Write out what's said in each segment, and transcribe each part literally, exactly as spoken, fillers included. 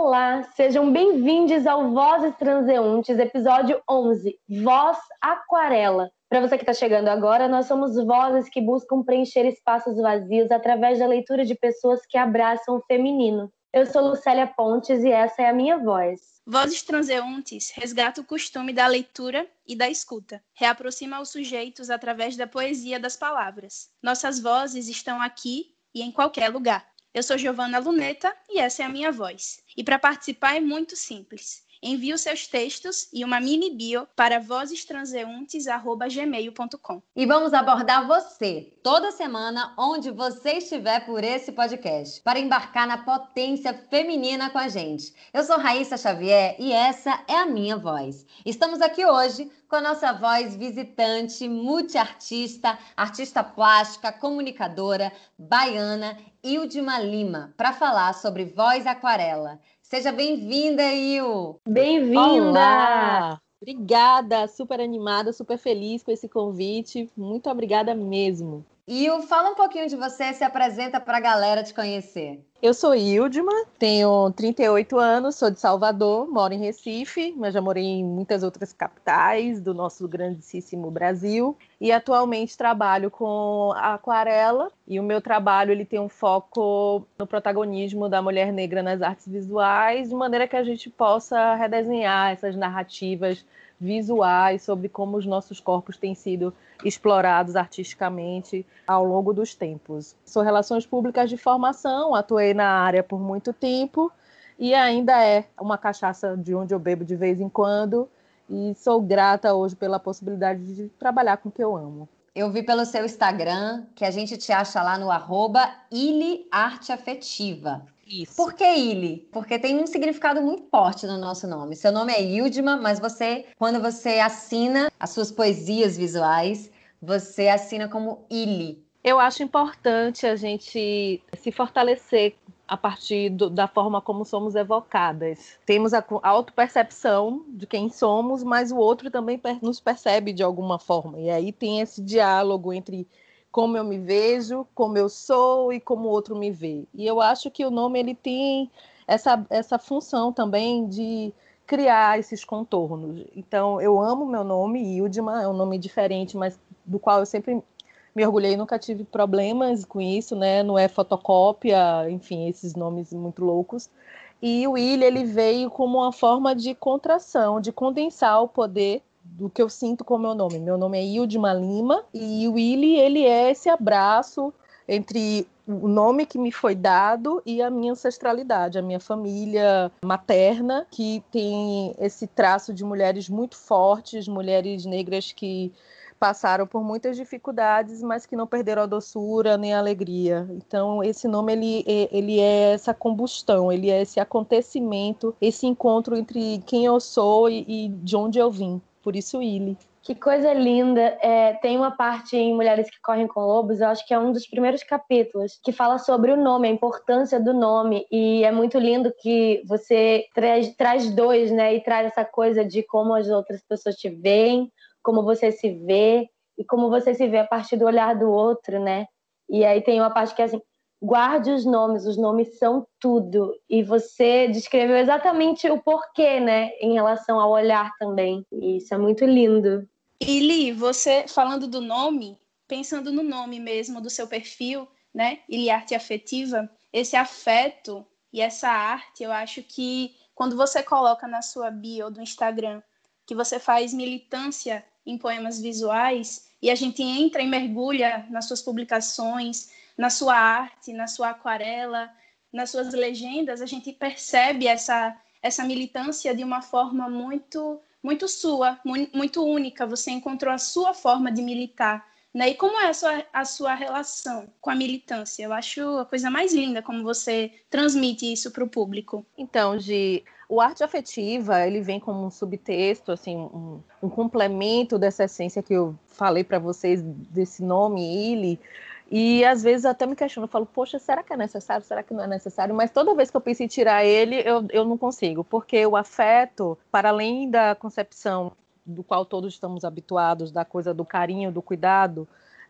Olá, sejam bem-vindos ao Vozes Transeuntes, episódio onze, Voz Aquarela. Para você que está chegando agora, nós somos vozes que buscam preencher espaços vazios através da leitura de pessoas que abraçam o feminino. Eu sou Lucélia Pontes e essa é a minha voz. Vozes Transeuntes resgata o costume da leitura e da escuta. Reaproxima os sujeitos através da poesia das palavras. Nossas vozes estão aqui e em qualquer lugar. Eu sou Giovana Luneta e essa é a minha voz. E para participar é muito simples. Envie os seus textos e uma mini bio para vozes transeuntes arroba gmail ponto com. E vamos abordar você, toda semana, onde você estiver por esse podcast, para embarcar na potência feminina com a gente. Eu sou Raíssa Xavier e essa é a minha voz. Estamos aqui hoje com a nossa voz visitante, multiartista, artista plástica, comunicadora, baiana, Ildima Lima, para falar sobre voz aquarela. Seja bem-vinda, Il! Bem-vinda! Olá! Obrigada, super animada, super feliz com esse convite. Muito obrigada mesmo. Il, fala um pouquinho de você, se apresenta para a galera te conhecer. Eu sou Ildima, tenho trinta e oito anos, sou de Salvador, moro em Recife, mas já morei em muitas outras capitais do nosso grandíssimo Brasil. E atualmente trabalho com a aquarela e o meu trabalho ele tem um foco no protagonismo da mulher negra nas artes visuais, de maneira que a gente possa redesenhar essas narrativas visuais sobre como os nossos corpos têm sido explorados artisticamente ao longo dos tempos. Sou relações públicas de formação, atuei na área por muito tempo e ainda é uma cachaça de onde eu bebo de vez em quando e sou grata hoje pela possibilidade de trabalhar com o que eu amo. Eu vi pelo seu Instagram que a gente te acha lá no arroba Ili Arte Afetiva. Isso. Por que Ili? Porque tem um significado muito forte no nosso nome. Seu nome é Ildima, mas você, quando você assina as suas poesias visuais, você assina como Ili. Eu acho importante a gente se fortalecer a partir do, da forma como somos evocadas. Temos a, a autopercepção de quem somos, mas o outro também per, nos percebe de alguma forma. E aí tem esse diálogo entre como eu me vejo, como eu sou e como o outro me vê. E eu acho que o nome ele tem essa, essa função também de criar esses contornos. Então, eu amo meu nome, Ildima, é um nome diferente, mas do qual eu sempre me orgulhei, nunca tive problemas com isso, né? Não é fotocópia, enfim, esses nomes muito loucos. E o Ili, ele veio como uma forma de contração, de condensar o poder do que eu sinto com o meu nome. Meu nome é Ildima Lima e o Ili, ele é esse abraço entre o nome que me foi dado e a minha ancestralidade, a minha família materna, que tem esse traço de mulheres muito fortes, mulheres negras que passaram por muitas dificuldades, mas que não perderam a doçura nem a alegria. Então, esse nome ele, ele é essa combustão, ele é esse acontecimento, esse encontro entre quem eu sou e, e de onde eu vim. Por isso, Ili. Que coisa linda. É, tem uma parte em Mulheres que Correm com Lobos, eu acho que é um dos primeiros capítulos, que fala sobre o nome, a importância do nome. E é muito lindo que você traz, traz dois, né? E traz essa coisa de como as outras pessoas te veem, como você se vê e como você se vê a partir do olhar do outro, né? E aí tem uma parte que é assim, guarde os nomes, os nomes são tudo. E você descreveu exatamente o porquê, né? Em relação ao olhar também. E isso é muito lindo. Ili, você falando do nome, pensando no nome mesmo do seu perfil, né? Ili Arte Afetiva, esse afeto e essa arte, eu acho que quando você coloca na sua bio do Instagram que você faz militância em poemas visuais e a gente entra e mergulha nas suas publicações, na sua arte, na sua aquarela, nas suas legendas, a gente percebe essa, essa militância de uma forma muito, muito sua, muito única. Você encontrou a sua forma de militar, né? E como é a sua, a sua relação com a militância? Eu acho a coisa mais linda como você transmite isso para o público. Então, Gi, o arte afetiva, ele vem como um subtexto, assim, um, um complemento dessa essência que eu falei para vocês, desse nome, Ili. E às vezes eu até me questiono, eu falo, poxa, será que é necessário? Será que não é necessário? Mas toda vez que eu penso em tirar ele, eu, eu não consigo, porque o afeto, para além da concepção do qual todos estamos habituados, da coisa do carinho, do cuidado,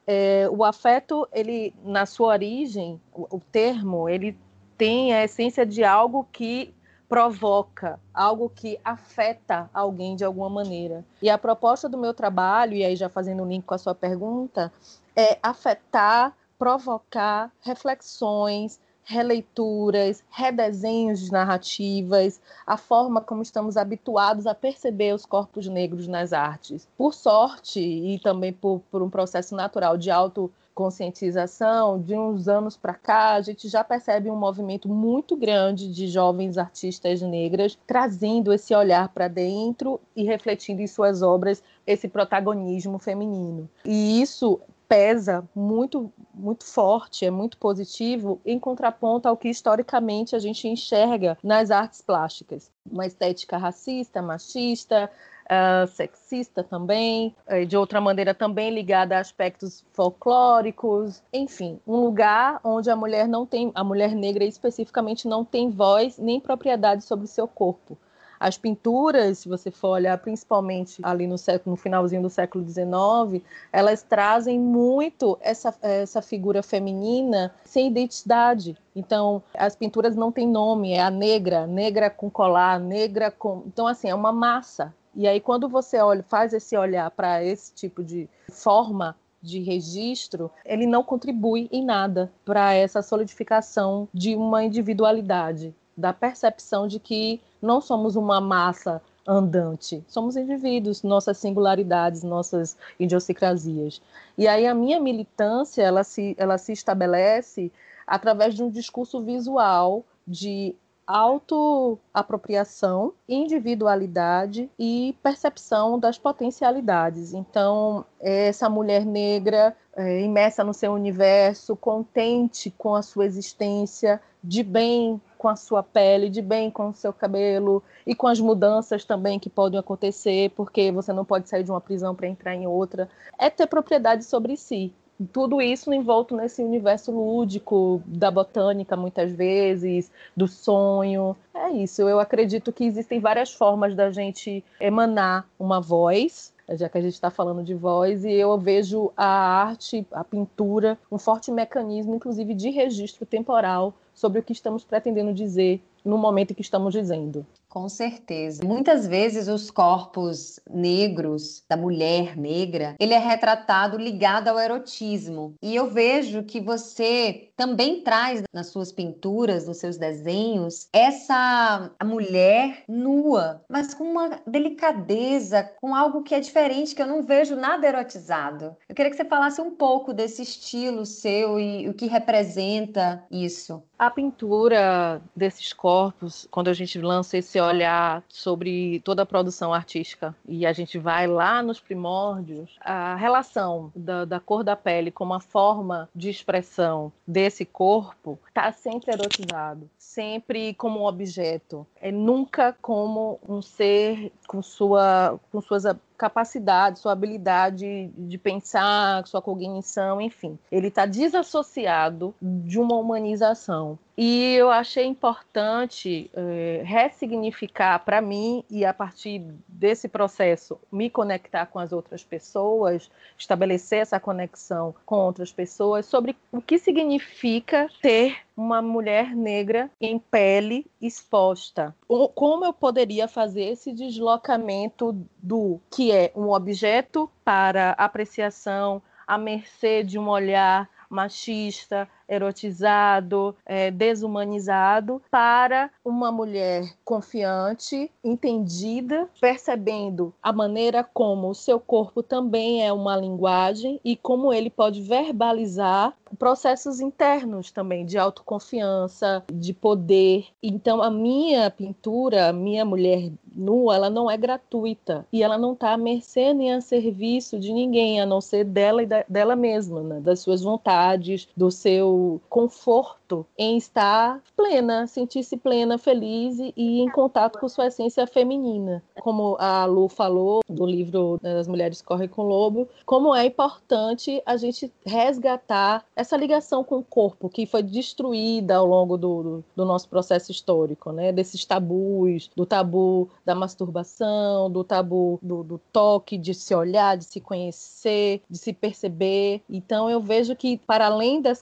é, o afeto, ele, na sua origem, o, o termo, ele tem a essência de algo que provoca, algo que afeta alguém de alguma maneira. E a proposta do meu trabalho, e aí já fazendo um link com a sua pergunta, é afetar, provocar reflexões, releituras, redesenhos de narrativas, a forma como estamos habituados a perceber os corpos negros nas artes. Por sorte, e também por, por um processo natural de autoconscientização, de uns anos para cá, a gente já percebe um movimento muito grande de jovens artistas negras trazendo esse olhar para dentro e refletindo em suas obras esse protagonismo feminino. E isso pesa muito, muito forte, é muito positivo, em contraponto ao que historicamente a gente enxerga nas artes plásticas. Uma estética racista, machista, uh, sexista também, de outra maneira também ligada a aspectos folclóricos, enfim, um lugar onde a mulher não tem, a mulher negra especificamente não tem voz nem propriedade sobre o seu corpo. As pinturas, se você for olhar, principalmente ali no, século, no finalzinho do século dezenove, elas trazem muito essa, essa figura feminina sem identidade. Então, as pinturas não têm nome, é a negra, negra com colar, negra com... Então, assim, é uma massa. E aí, quando você olha, faz esse olhar para esse tipo de forma de registro, ele não contribui em nada para essa solidificação de uma individualidade, da percepção de que não somos uma massa andante, somos indivíduos, nossas singularidades, nossas idiosincrasias. E aí a minha militância, ela se, ela se estabelece através de um discurso visual de autoapropriação, individualidade e percepção das potencialidades. Então, essa mulher negra é, imersa no seu universo, contente com a sua existência, de bem com a sua pele, de bem com o seu cabelo e com as mudanças também que podem acontecer, porque você não pode sair de uma prisão para entrar em outra, é ter propriedade sobre si. Tudo isso envolto nesse universo lúdico da botânica, muitas vezes, do sonho. É isso, eu acredito que existem várias formas da gente emanar uma voz, já que a gente está falando de voz, e eu vejo a arte, a pintura, um forte mecanismo, inclusive, de registro temporal sobre o que estamos pretendendo dizer no momento em que estamos dizendo. Com certeza. Muitas vezes os corpos negros, da mulher negra, ele é retratado ligado ao erotismo. E eu vejo que você também traz nas suas pinturas, nos seus desenhos, essa a mulher nua, mas com uma delicadeza, com algo que é diferente, que eu não vejo nada erotizado. Eu queria que você falasse um pouco desse estilo seu e o que representa isso. A pintura desses corpos, quando a gente lança esse olhar sobre toda a produção artística e a gente vai lá nos primórdios, a relação da, da cor da pele como a forma de expressão desse corpo está sempre erotizado, sempre como um objeto, é nunca como um ser com, sua, com suas capacidade, sua habilidade de pensar, sua cognição, enfim. Ele está desassociado de uma humanização. E eu achei importante é, ressignificar para mim, e a partir desse processo, me conectar com as outras pessoas, estabelecer essa conexão com outras pessoas, sobre o que significa ter uma mulher negra em pele exposta. Como eu poderia fazer esse deslocamento do que é um objeto para apreciação, à mercê de um olhar machista, erotizado, é, desumanizado, para uma mulher confiante, entendida, percebendo a maneira como o seu corpo também é uma linguagem e como ele pode verbalizar processos internos também, de autoconfiança, de poder. Então, a minha pintura, a minha mulher nua, ela não é gratuita e ela não está à mercê nem a serviço de ninguém, a não ser dela e da, dela mesma, né? Das suas vontades, do seu conforto em estar plena, sentir-se plena, feliz e em contato com sua essência feminina. Como a Lu falou do livro Das Mulheres Correm com o Lobo, como é importante a gente resgatar essa ligação com o corpo que foi destruída ao longo do, do, do nosso processo histórico, né? Desses tabus, do tabu da masturbação, do tabu do, do toque, de se olhar, de se conhecer, de se perceber. Então eu vejo que, para além das questões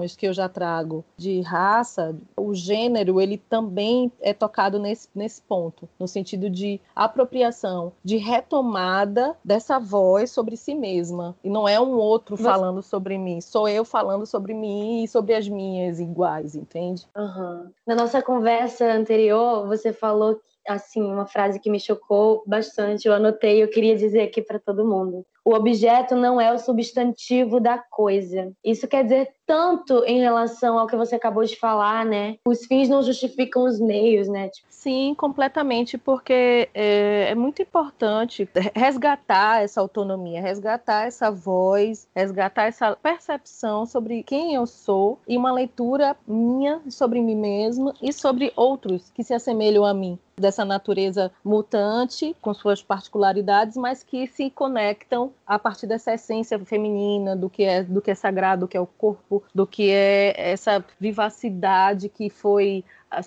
questões que eu já trago de raça, o gênero, ele também é tocado nesse, nesse ponto, no sentido de apropriação, de retomada dessa voz sobre si mesma. E não é um outro Você... falando sobre mim, sou eu falando sobre mim e sobre as minhas iguais, entende? Uhum. Na nossa conversa anterior, você falou assim, uma frase que me chocou bastante, eu anotei, eu queria dizer aqui para todo mundo. O objeto não é o substantivo da coisa. Isso quer dizer tanto em relação ao que você acabou de falar, né? Os fins não justificam os meios, né? Tipo... Sim, completamente, porque é, é muito importante resgatar essa autonomia, resgatar essa voz, resgatar essa percepção sobre quem eu sou e uma leitura minha sobre mim mesma e sobre outros que se assemelham a mim, dessa natureza mutante, com suas particularidades, mas que se conectam a partir dessa essência feminina, do que é, do que é sagrado, do que é o corpo, do que é essa vivacidade que foi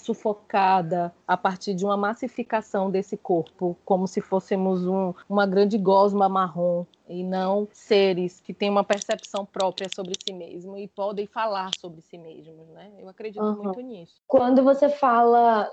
sufocada a partir de uma massificação desse corpo, como se fôssemos um, uma grande gosma marrom, e não seres que têm uma percepção própria sobre si mesmos e podem falar sobre si mesmos, né? Eu acredito uhum. muito nisso. Quando você fala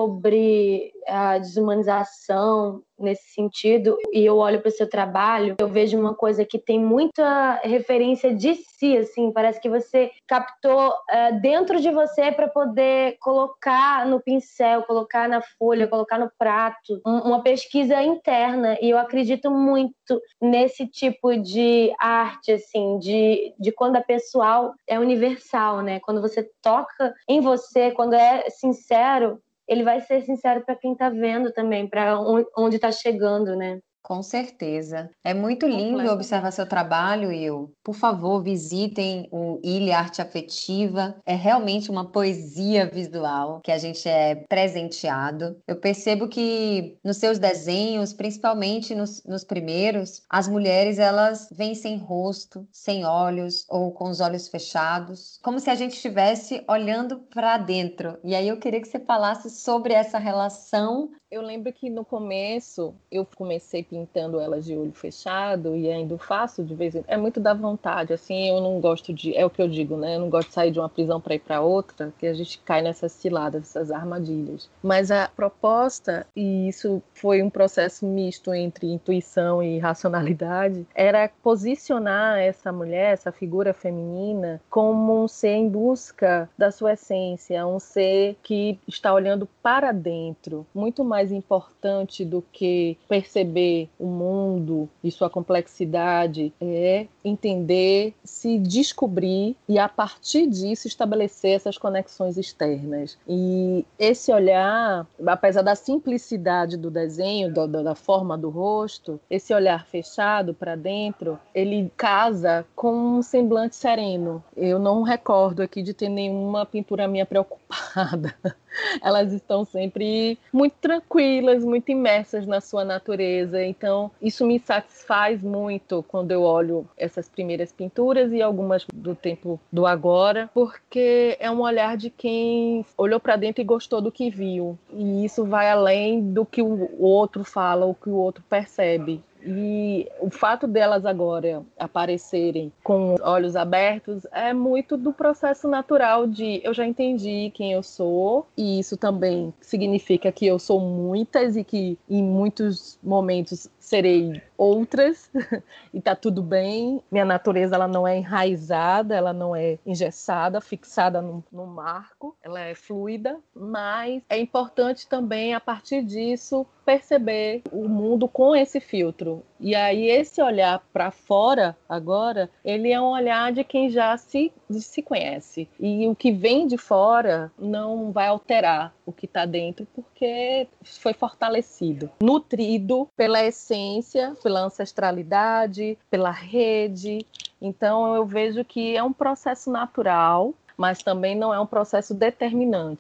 sobre a desumanização nesse sentido, e eu olho para o seu trabalho, eu vejo uma coisa que tem muita referência de si, assim, parece que você captou é, dentro de você para poder colocar no pincel, colocar na folha, colocar no prato, uma pesquisa interna, e eu acredito muito nesse tipo de arte, assim, de, de quando é pessoal, é universal, né? Quando você toca em você, quando é sincero, ele vai ser sincero para quem está vendo também, para onde está chegando, né? Com certeza. É muito lindo observar seu trabalho, Will. Por favor, visitem o Ilha Arte Afetiva. É realmente uma poesia visual que a gente é presenteado. Eu percebo que nos seus desenhos, principalmente nos, nos primeiros, as mulheres elas vêm sem rosto, sem olhos ou com os olhos fechados, como se a gente estivesse olhando para dentro. E aí eu queria que você falasse sobre essa relação. Eu lembro que no começo eu comecei pintando elas de olho fechado e ainda faço de vez em quando. É muito da vontade, assim, eu não gosto de... É o que eu digo, né? Eu não gosto de sair de uma prisão para ir para outra, que a gente cai nessas ciladas, essas armadilhas. Mas a proposta, e isso foi um processo misto entre intuição e racionalidade, era posicionar essa mulher, essa figura feminina, como um ser em busca da sua essência, um ser que está olhando para dentro, muito mais importante do que perceber o mundo e sua complexidade é entender, se descobrir e a partir disso estabelecer essas conexões externas. E esse olhar, apesar da simplicidade do desenho, da, da forma do rosto, esse olhar fechado para dentro, ele casa com um semblante sereno. Eu não recordo aqui de ter nenhuma pintura minha preocupada. Elas estão sempre muito tranquilas, muito imersas na sua natureza. Então, isso me satisfaz muito quando eu olho essas primeiras pinturas e algumas do tempo do agora, porque é um olhar de quem olhou para dentro e gostou do que viu. E isso vai além do que o outro fala ou que o outro percebe. E o fato delas agora aparecerem com os olhos abertos é muito do processo natural de eu já entendi quem eu sou, e isso também significa que eu sou muitas e que em muitos momentos serei outras e tá tudo bem. Minha natureza ela não é enraizada, ela não é engessada, fixada no, no marco, ela é fluida, mas é importante também a partir disso perceber o mundo com esse filtro. E aí esse olhar para fora agora, ele é um olhar de quem já se, se conhece. E o que vem de fora não vai alterar o que está dentro, porque foi fortalecido, nutrido pela essência, pela ancestralidade, pela rede. Então eu vejo que é um processo natural, mas também não é um processo determinante.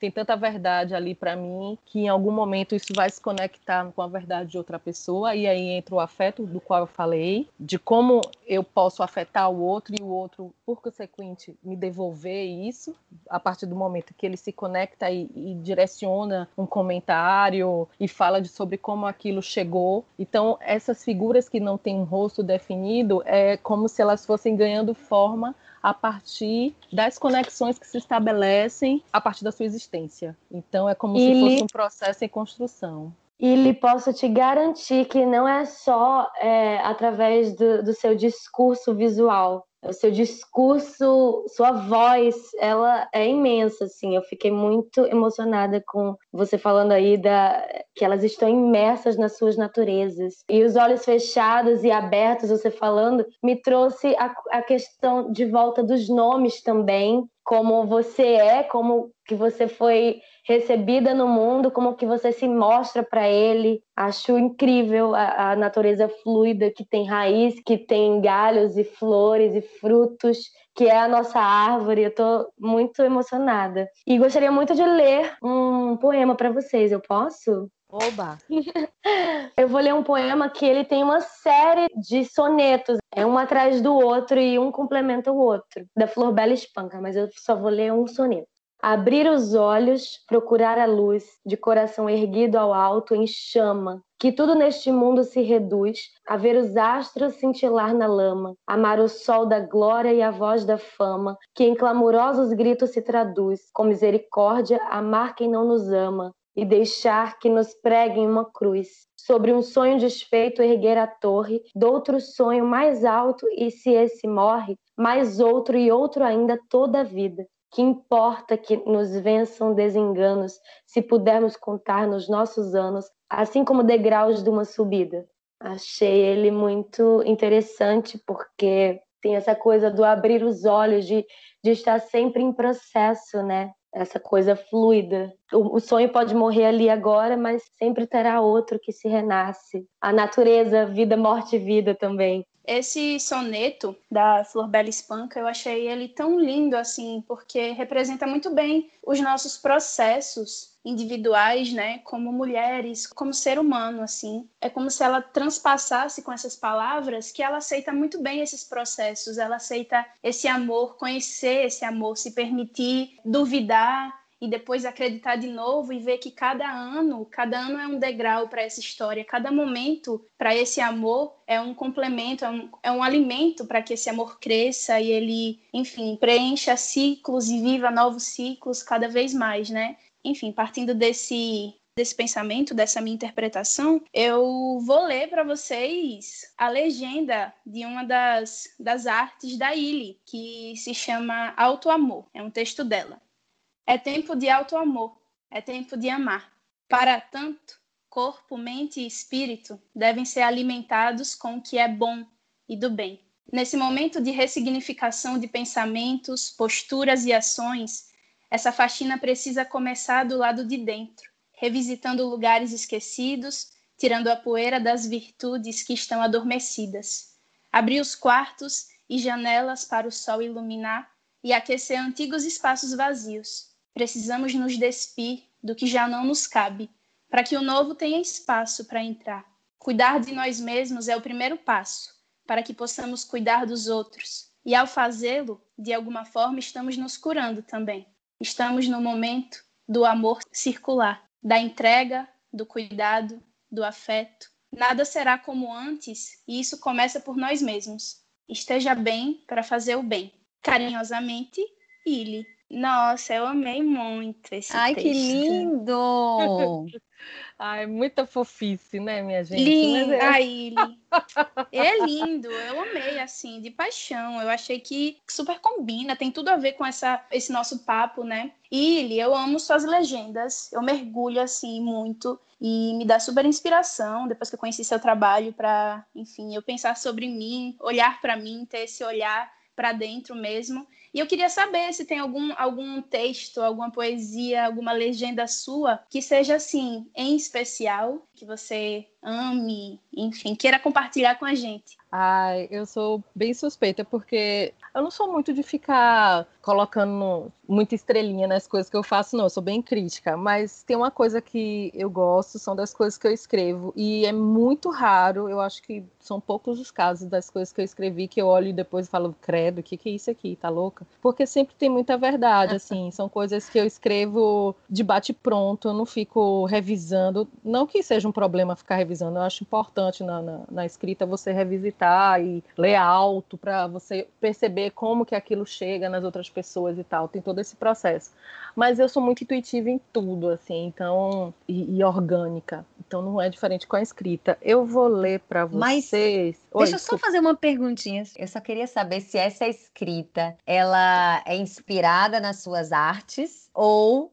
tem tanta verdade ali para mim que em algum momento isso vai se conectar com a verdade de outra pessoa, e aí entra o afeto do qual eu falei, de como eu posso afetar o outro e o outro, por consequente, me devolver isso a partir do momento que ele se conecta e, e direciona um comentário e fala de, sobre como aquilo chegou. Então, essas figuras que não têm um rosto definido é como se elas fossem ganhando forma a partir das conexões que se estabelecem a partir da sua existência. Então, é como e se fosse um processo em construção. E lhe posso te garantir que não é só é, através do, do seu discurso visual. O seu discurso, sua voz, ela é imensa, assim. Eu fiquei muito emocionada com você falando aí da, que elas estão imersas nas suas naturezas. E os olhos fechados e abertos, você falando, me trouxe a, a questão de volta dos nomes também. Como você é, como que você foi recebida no mundo, como que você se mostra para ele. Acho incrível a, a natureza fluida, que tem raiz, que tem galhos e flores e frutos, que é a nossa árvore. Eu estou muito emocionada. E gostaria muito de ler um poema para vocês. Eu posso? Oba! Eu vou ler um poema que ele tem uma série de sonetos, é um atrás do outro e um complementa o outro, da Flor Bela Espanca, mas eu só vou ler um soneto. Abrir os olhos, procurar a luz, de coração erguido ao alto em chama, que tudo neste mundo se reduz a ver os astros cintilar na lama, amar o sol da glória e a voz da fama, que em clamorosos gritos se traduz, com misericórdia amar quem não nos ama, e deixar que nos preguem uma cruz. Sobre um sonho desfeito erguer a torre, doutro sonho mais alto, e se esse morre, mais outro e outro ainda toda a vida. Que importa que nos vençam desenganos, se pudermos contar nos nossos anos, assim como degraus de uma subida. Achei ele muito interessante, porque tem essa coisa do abrir os olhos, de, de estar sempre em processo, né? Essa coisa fluida. O, o sonho pode morrer ali agora, mas sempre terá outro que se renasce. A natureza, vida, morte e vida também. Esse soneto da Flor Bela Espanca, eu achei ele tão lindo, assim, porque representa muito bem os nossos processos individuais, né, como mulheres, como ser humano, assim. É como se ela transpassasse com essas palavras que ela aceita muito bem esses processos, ela aceita esse amor, conhecer esse amor, se permitir duvidar e depois acreditar de novo e ver que cada ano, cada ano é um degrau para essa história, cada momento para esse amor é um complemento, é um, é um alimento para que esse amor cresça e ele, enfim, preencha ciclos e viva novos ciclos cada vez mais, né? Enfim, partindo desse, desse pensamento, dessa minha interpretação, eu vou ler para vocês a legenda de uma das, das artes da Illy, que se chama Auto Amor, é um texto dela. É tempo de alto amor, é tempo de amar. Para tanto, corpo, mente e espírito devem ser alimentados com o que é bom e do bem. Nesse momento de ressignificação de pensamentos, posturas e ações, essa faxina precisa começar do lado de dentro, revisitando lugares esquecidos, tirando a poeira das virtudes que estão adormecidas. Abrir os quartos e janelas para o sol iluminar e aquecer antigos espaços vazios. Precisamos nos despir do que já não nos cabe, para que o novo tenha espaço para entrar. Cuidar de nós mesmos é o primeiro passo, para que possamos cuidar dos outros. E ao fazê-lo, de alguma forma, estamos nos curando também. Estamos no momento do amor circular, da entrega, do cuidado, do afeto. Nada será como antes, e isso começa por nós mesmos. Esteja bem para fazer o bem. Carinhosamente, Illy. Nossa, eu amei muito esse Ai, texto. que lindo! Ai, muita fofice, né, minha gente? Lindo, Mas é... ai, Illy. Ele é lindo, eu amei, assim, de paixão. Eu achei que super combina, tem tudo a ver com essa, esse nosso papo, né? Illy, eu amo suas legendas, eu mergulho, assim, muito e me dá super inspiração depois que eu conheci seu trabalho para, enfim, eu pensar sobre mim, olhar para mim, ter esse olhar para dentro mesmo. E eu queria saber se tem algum, algum texto, alguma poesia, alguma legenda sua que seja assim, em especial, que você ame, enfim, queira compartilhar com a gente. Ai, eu sou bem suspeita, porque eu não sou muito de ficar colocando muita estrelinha nas coisas que eu faço, não, eu sou bem crítica, mas tem uma coisa que eu gosto, são das coisas que eu escrevo, e é muito raro, eu acho que são poucos os casos das coisas que eu escrevi que eu olho e depois falo, credo, o que, que é isso aqui, tá louca? Porque sempre tem muita verdade, assim, são coisas que eu escrevo de bate-pronto, eu não fico revisando, não que seja um problema ficar revisando, eu acho importante na, na, na escrita você revisitar e ler alto para você perceber como que aquilo chega nas outras pessoas e tal, tem todo esse processo. Mas eu sou muito intuitiva em tudo, assim, então, e, e orgânica, então não é diferente com a escrita. Eu vou ler para vocês. Mas Oi, deixa eu só desculpa. fazer uma perguntinha. Eu só queria saber se essa escrita, ela é inspirada nas suas artes ou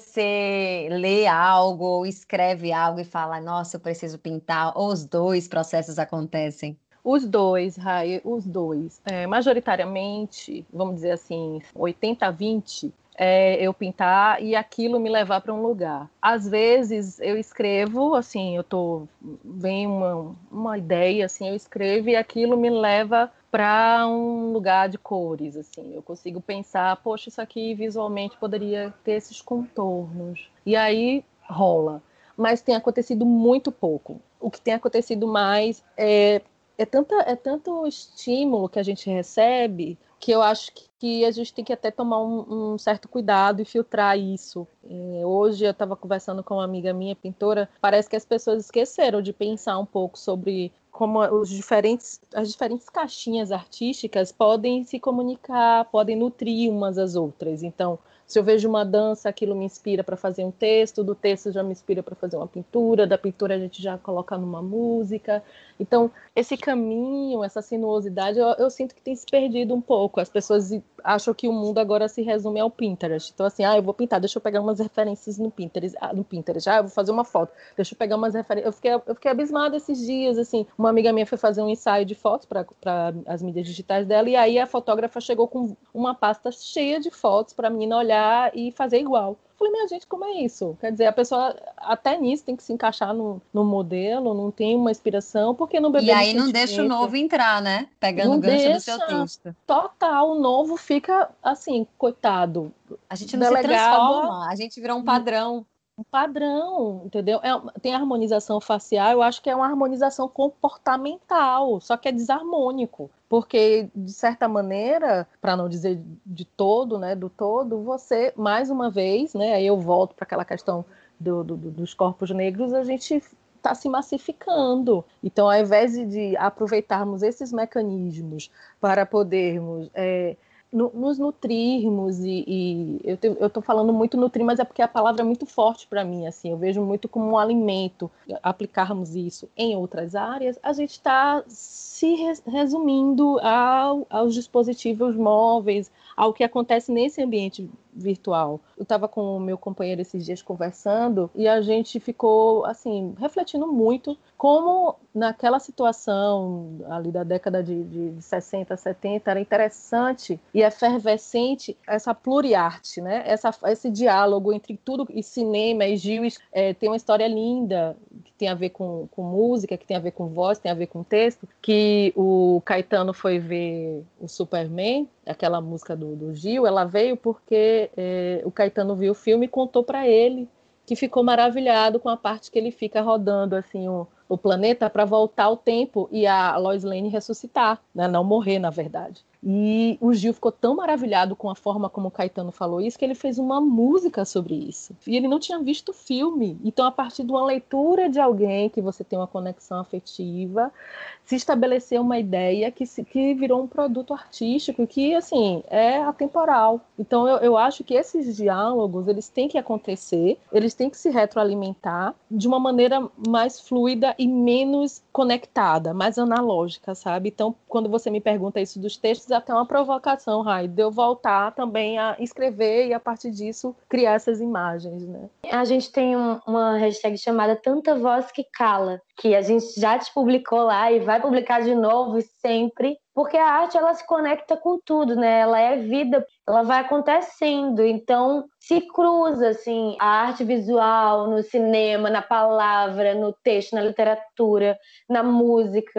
você lê algo ou escreve algo e fala, nossa, eu preciso pintar, ou os dois processos acontecem? Os dois, Rai, os dois. É, majoritariamente, vamos dizer assim, oitenta a vinte, é, eu pintar e aquilo me levar para um lugar. Às vezes eu escrevo, assim, eu tô vem uma, uma ideia, assim, eu escrevo e aquilo me leva para um lugar de cores, assim. Eu consigo pensar, poxa, isso aqui visualmente poderia ter esses contornos. E aí rola. Mas tem acontecido muito pouco. O que tem acontecido mais é é, tanta, é tanto estímulo que a gente recebe que eu acho que, que a gente tem que até tomar um, um certo cuidado e filtrar isso. É, hoje eu estava conversando com uma amiga minha, pintora, parece que as pessoas esqueceram de pensar um pouco sobre como os diferentes, as diferentes caixinhas artísticas podem se comunicar, podem nutrir umas às outras. Então, se eu vejo uma dança, aquilo me inspira para fazer um texto, do texto já me inspira para fazer uma pintura, da pintura a gente já coloca numa música. Então, esse caminho, essa sinuosidade, eu, eu sinto que tem se perdido um pouco. As pessoas acham que o mundo agora se resume ao Pinterest. Então, assim, ah, eu vou pintar, deixa eu pegar umas referências no Pinterest. Ah, no Pinterest, ah, eu vou fazer uma foto, deixa eu pegar umas referências. Eu fiquei, eu fiquei abismada esses dias, assim. Uma amiga minha foi fazer um ensaio de fotos para as mídias digitais dela, e aí a fotógrafa chegou com uma pasta cheia de fotos para a menina olhar e fazer igual. Falei, minha gente, como é isso? Quer dizer, a pessoa até nisso tem que se encaixar no, no modelo, não tem uma inspiração, porque não E beber no aí não deixa o sentimento. novo entrar, né? Pegando o Não gancho do seu deixa texto. total, o novo fica assim, coitado, A gente não se delegado a transforma, a gente virou um padrão. um padrão, entendeu? É, tem a harmonização facial, eu acho que é uma harmonização comportamental, só que é desarmônico, porque, de certa maneira, para não dizer de todo, né, do todo, você, mais uma vez, né, aí eu volto para aquela questão do, do, dos corpos negros, a gente está se massificando. Então, ao invés de aproveitarmos esses mecanismos para podermos... É, nos nutrirmos e, e eu estou falando muito nutrir, mas é porque a palavra é muito forte para mim, assim, eu vejo muito como um alimento. Aplicarmos isso em outras áreas, a gente está se resumindo ao, aos dispositivos móveis, ao que acontece nesse ambiente virtual. Eu estava com o meu companheiro esses dias conversando e a gente ficou, assim, refletindo muito como naquela situação ali da década de, de sessenta, setenta, era interessante e efervescente essa pluriarte, né? Essa, esse diálogo entre tudo, e cinema, e Gil é, tem uma história linda que tem a ver com, com música, que tem a ver com voz, tem a ver com texto, que o Caetano foi ver o Superman, aquela música do, do Gil, ela veio porque é, o Caetano viu o filme e contou para ele, que ficou maravilhado com a parte que ele fica rodando assim o, o planeta para voltar ao tempo e a Lois Lane ressuscitar, né? Não morrer, na verdade. E o Gil ficou tão maravilhado com a forma como o Caetano falou isso que ele fez uma música sobre isso. E ele não tinha visto o filme. Então, a partir de uma leitura de alguém que você tem uma conexão afetiva, se estabeleceu uma ideia que, se, que virou um produto artístico que, assim, é atemporal. Então, eu, eu acho que esses diálogos, eles têm que acontecer, eles têm que se retroalimentar de uma maneira mais fluida e menos conectada, mais analógica, sabe? Então, quando você me pergunta isso dos textos, até uma provocação, Rai, de eu voltar também a escrever e, a partir disso, criar essas imagens, né? A gente tem um, uma hashtag chamada Tanta Voz Que Cala, que a gente já te publicou lá e vai publicar de novo sempre, porque a arte, ela se conecta com tudo, né? Ela é vida, ela vai acontecendo, então se cruza, assim, a arte visual no cinema, na palavra, no texto, na literatura, na música,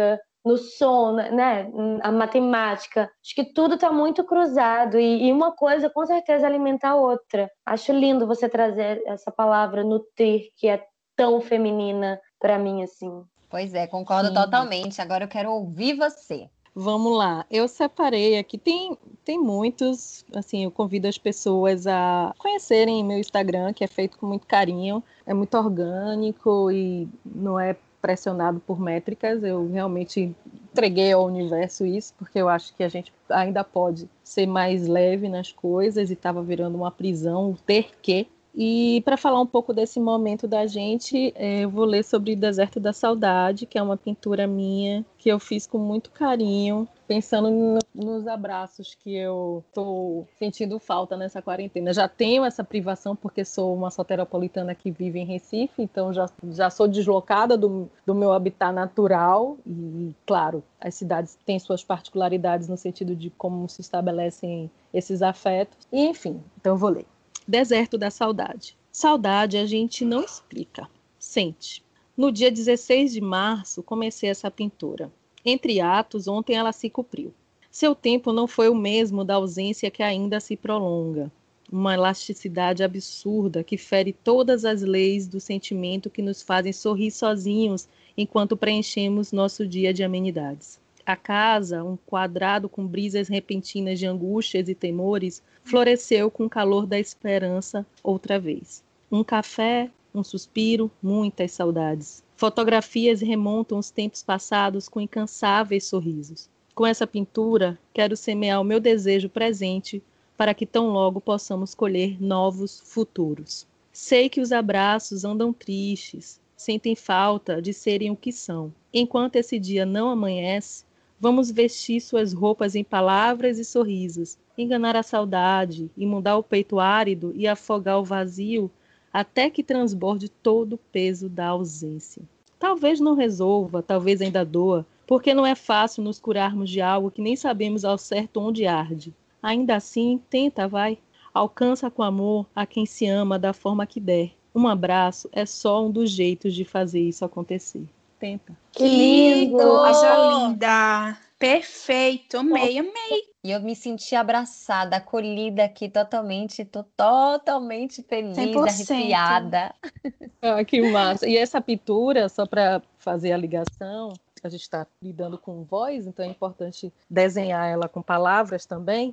no som, né? A matemática. Acho que tudo está muito cruzado e, e uma coisa com certeza alimenta a outra. Acho lindo você trazer essa palavra nutrir, que é tão feminina para mim, assim. Pois é, concordo Sim. totalmente. Agora eu quero ouvir você. Vamos lá, eu separei aqui, tem, tem muitos, assim, eu convido as pessoas a conhecerem meu Instagram, que é feito com muito carinho, é muito orgânico e não é pressionado por métricas, eu realmente entreguei ao universo isso, porque eu acho que a gente ainda pode ser mais leve nas coisas e estava virando uma prisão, o ter que. E para falar um pouco desse momento da gente, eu vou ler sobre Deserto da Saudade, que é uma pintura minha que eu fiz com muito carinho, pensando no, nos abraços que eu estou sentindo falta nessa quarentena. Já tenho essa privação porque sou uma soteropolitana que vive em Recife, então já, já sou deslocada do, do meu habitat natural e, claro, as cidades têm suas particularidades no sentido de como se estabelecem esses afetos. E, enfim, então eu vou ler. Deserto da Saudade. Saudade a gente não explica, sente. No dia dezesseis de março comecei essa pintura. Entre atos, ontem ela se cumpriu. Seu tempo não foi o mesmo da ausência que ainda se prolonga. Uma elasticidade absurda que fere todas as leis do sentimento que nos fazem sorrir sozinhos enquanto preenchemos nosso dia de amenidades. A casa, um quadrado com brisas repentinas de angústias e temores, floresceu com o calor da esperança outra vez. Um café, um suspiro, muitas saudades. Fotografias remontam os tempos passados com incansáveis sorrisos. Com essa pintura, quero semear o meu desejo presente para que tão logo possamos colher novos futuros. Sei que os abraços andam tristes, sentem falta de serem o que são. Enquanto esse dia não amanhece, vamos vestir suas roupas em palavras e sorrisos, enganar a saudade, inundar o peito árido e afogar o vazio até que transborde todo o peso da ausência. Talvez não resolva, talvez ainda doa, porque não é fácil nos curarmos de algo que nem sabemos ao certo onde arde. Ainda assim, tenta, vai. Alcança com amor a quem se ama da forma que der. Um abraço é só um dos jeitos de fazer isso acontecer. Tenta. Que lindo! Coisa linda! Perfeito! Amei, amei! E eu me senti abraçada, acolhida aqui totalmente, tô totalmente feliz, cem por cento. arrepiada. Ah, que massa! E essa pintura, só para fazer a ligação, a gente está lidando com voz, então é importante desenhar ela com palavras também.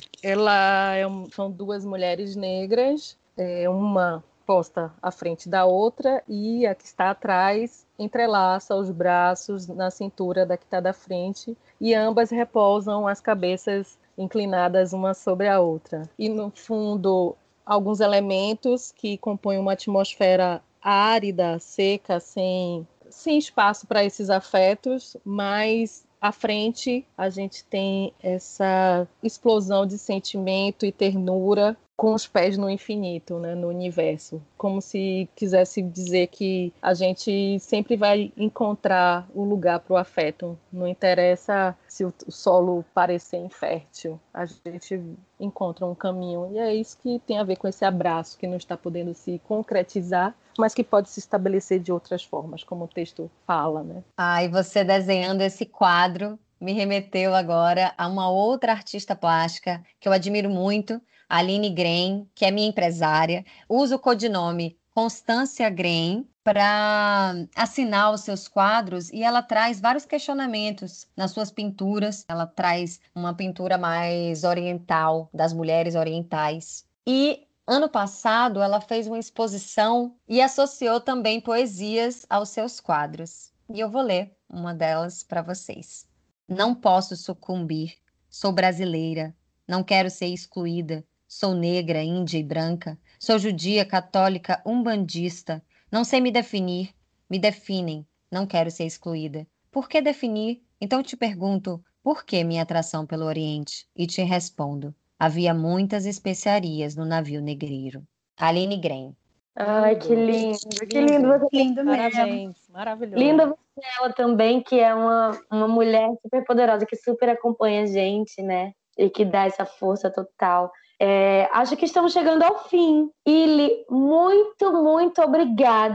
Ela é um, são duas mulheres negras, é, uma posta à frente da outra e a que está atrás entrelaça os braços na cintura da que está da frente e ambas repousam as cabeças inclinadas uma sobre a outra. E no fundo, alguns elementos que compõem uma atmosfera árida, seca, sem, sem espaço para esses afetos, mas à frente a gente tem essa explosão de sentimento e ternura com os pés no infinito, né, no universo. Como se quisesse dizer que a gente sempre vai encontrar o lugar para o afeto. Não interessa se o solo parecer infértil, a gente encontra um caminho. E é isso que tem a ver com esse abraço que não está podendo se concretizar, mas que pode se estabelecer de outras formas, como o texto fala, né? Ah, e você desenhando esse quadro me remeteu agora a uma outra artista plástica que eu admiro muito, a Aline Green, que é minha empresária. Uso o codinome Constância Green para assinar os seus quadros e ela traz vários questionamentos nas suas pinturas. Ela traz uma pintura mais oriental, das mulheres orientais. E ano passado ela fez uma exposição e associou também poesias aos seus quadros. E eu vou ler uma delas para vocês. Não posso sucumbir, sou brasileira, não quero ser excluída, sou negra, índia e branca, sou judia, católica, umbandista, não sei me definir, me definem, não quero ser excluída. Por que definir? Então te pergunto, por que minha atração pelo Oriente? E te respondo, havia muitas especiarias no navio negreiro. Aline Green. Ai, que lindo, que lindo você. Lindo mesmo. Parabéns, maravilhoso. Linda você, ela também, que é uma, uma mulher super poderosa, que super acompanha a gente, né? E que dá essa força total. É, acho que estamos chegando ao fim. Ili, muito, muito obrigada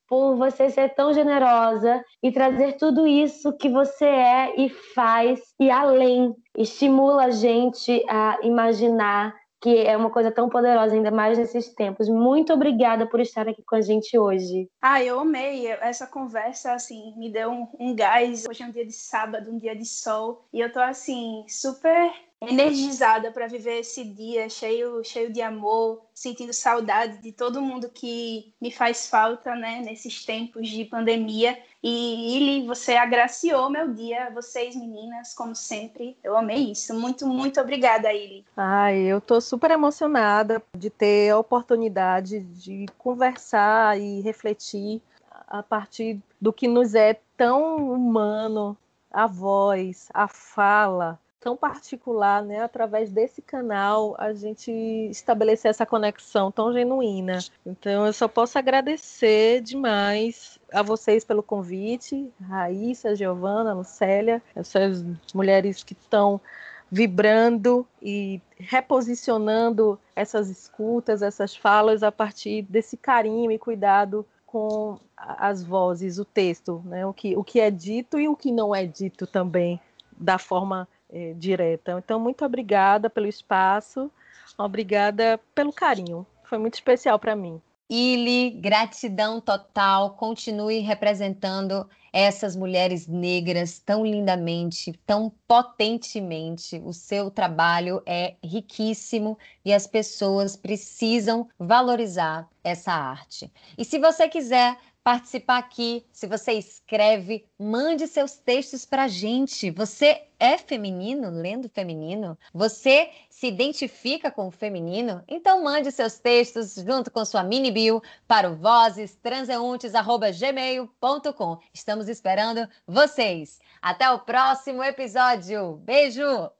por você ser tão generosa e trazer tudo isso que você é e faz e além. Estimula a gente a imaginar, que é uma coisa tão poderosa, ainda mais nesses tempos. Muito obrigada por estar aqui com a gente hoje. Ah, eu amei essa conversa, assim, me deu um, um gás. Hoje é um dia de sábado, um dia de sol, e eu tô, assim, super energizada para viver esse dia cheio, cheio de amor, sentindo saudade de todo mundo que me faz falta, né, nesses tempos de pandemia. E Ili, você agraciou meu dia, vocês meninas, como sempre. Eu amei isso. Muito, muito obrigada, Ili. Ai, eu tô super emocionada de ter a oportunidade de conversar e refletir a partir do que nos é tão humano, a voz, a fala, tão particular, né? Através desse canal, a gente estabelecer essa conexão tão genuína. Então, eu só posso agradecer demais a vocês pelo convite, Raíssa, Giovana, Lucélia, essas mulheres que estão vibrando e reposicionando essas escutas, essas falas a partir desse carinho e cuidado com as vozes, o texto, né? O que, o que é dito e o que não é dito também, da forma é, direta. Então, muito obrigada pelo espaço, obrigada pelo carinho, foi muito especial para mim. Ili, gratidão total, continue representando essas mulheres negras tão lindamente, tão potentemente. O seu trabalho é riquíssimo e as pessoas precisam valorizar essa arte. E se você quiser participar aqui, se você escreve, mande seus textos para a gente. Você é feminino, lendo feminino? Você se identifica com o feminino? Então mande seus textos junto com sua mini bio para o vozes transeuntes arroba gmail ponto com. Estamos esperando vocês. Até o próximo episódio. Beijo!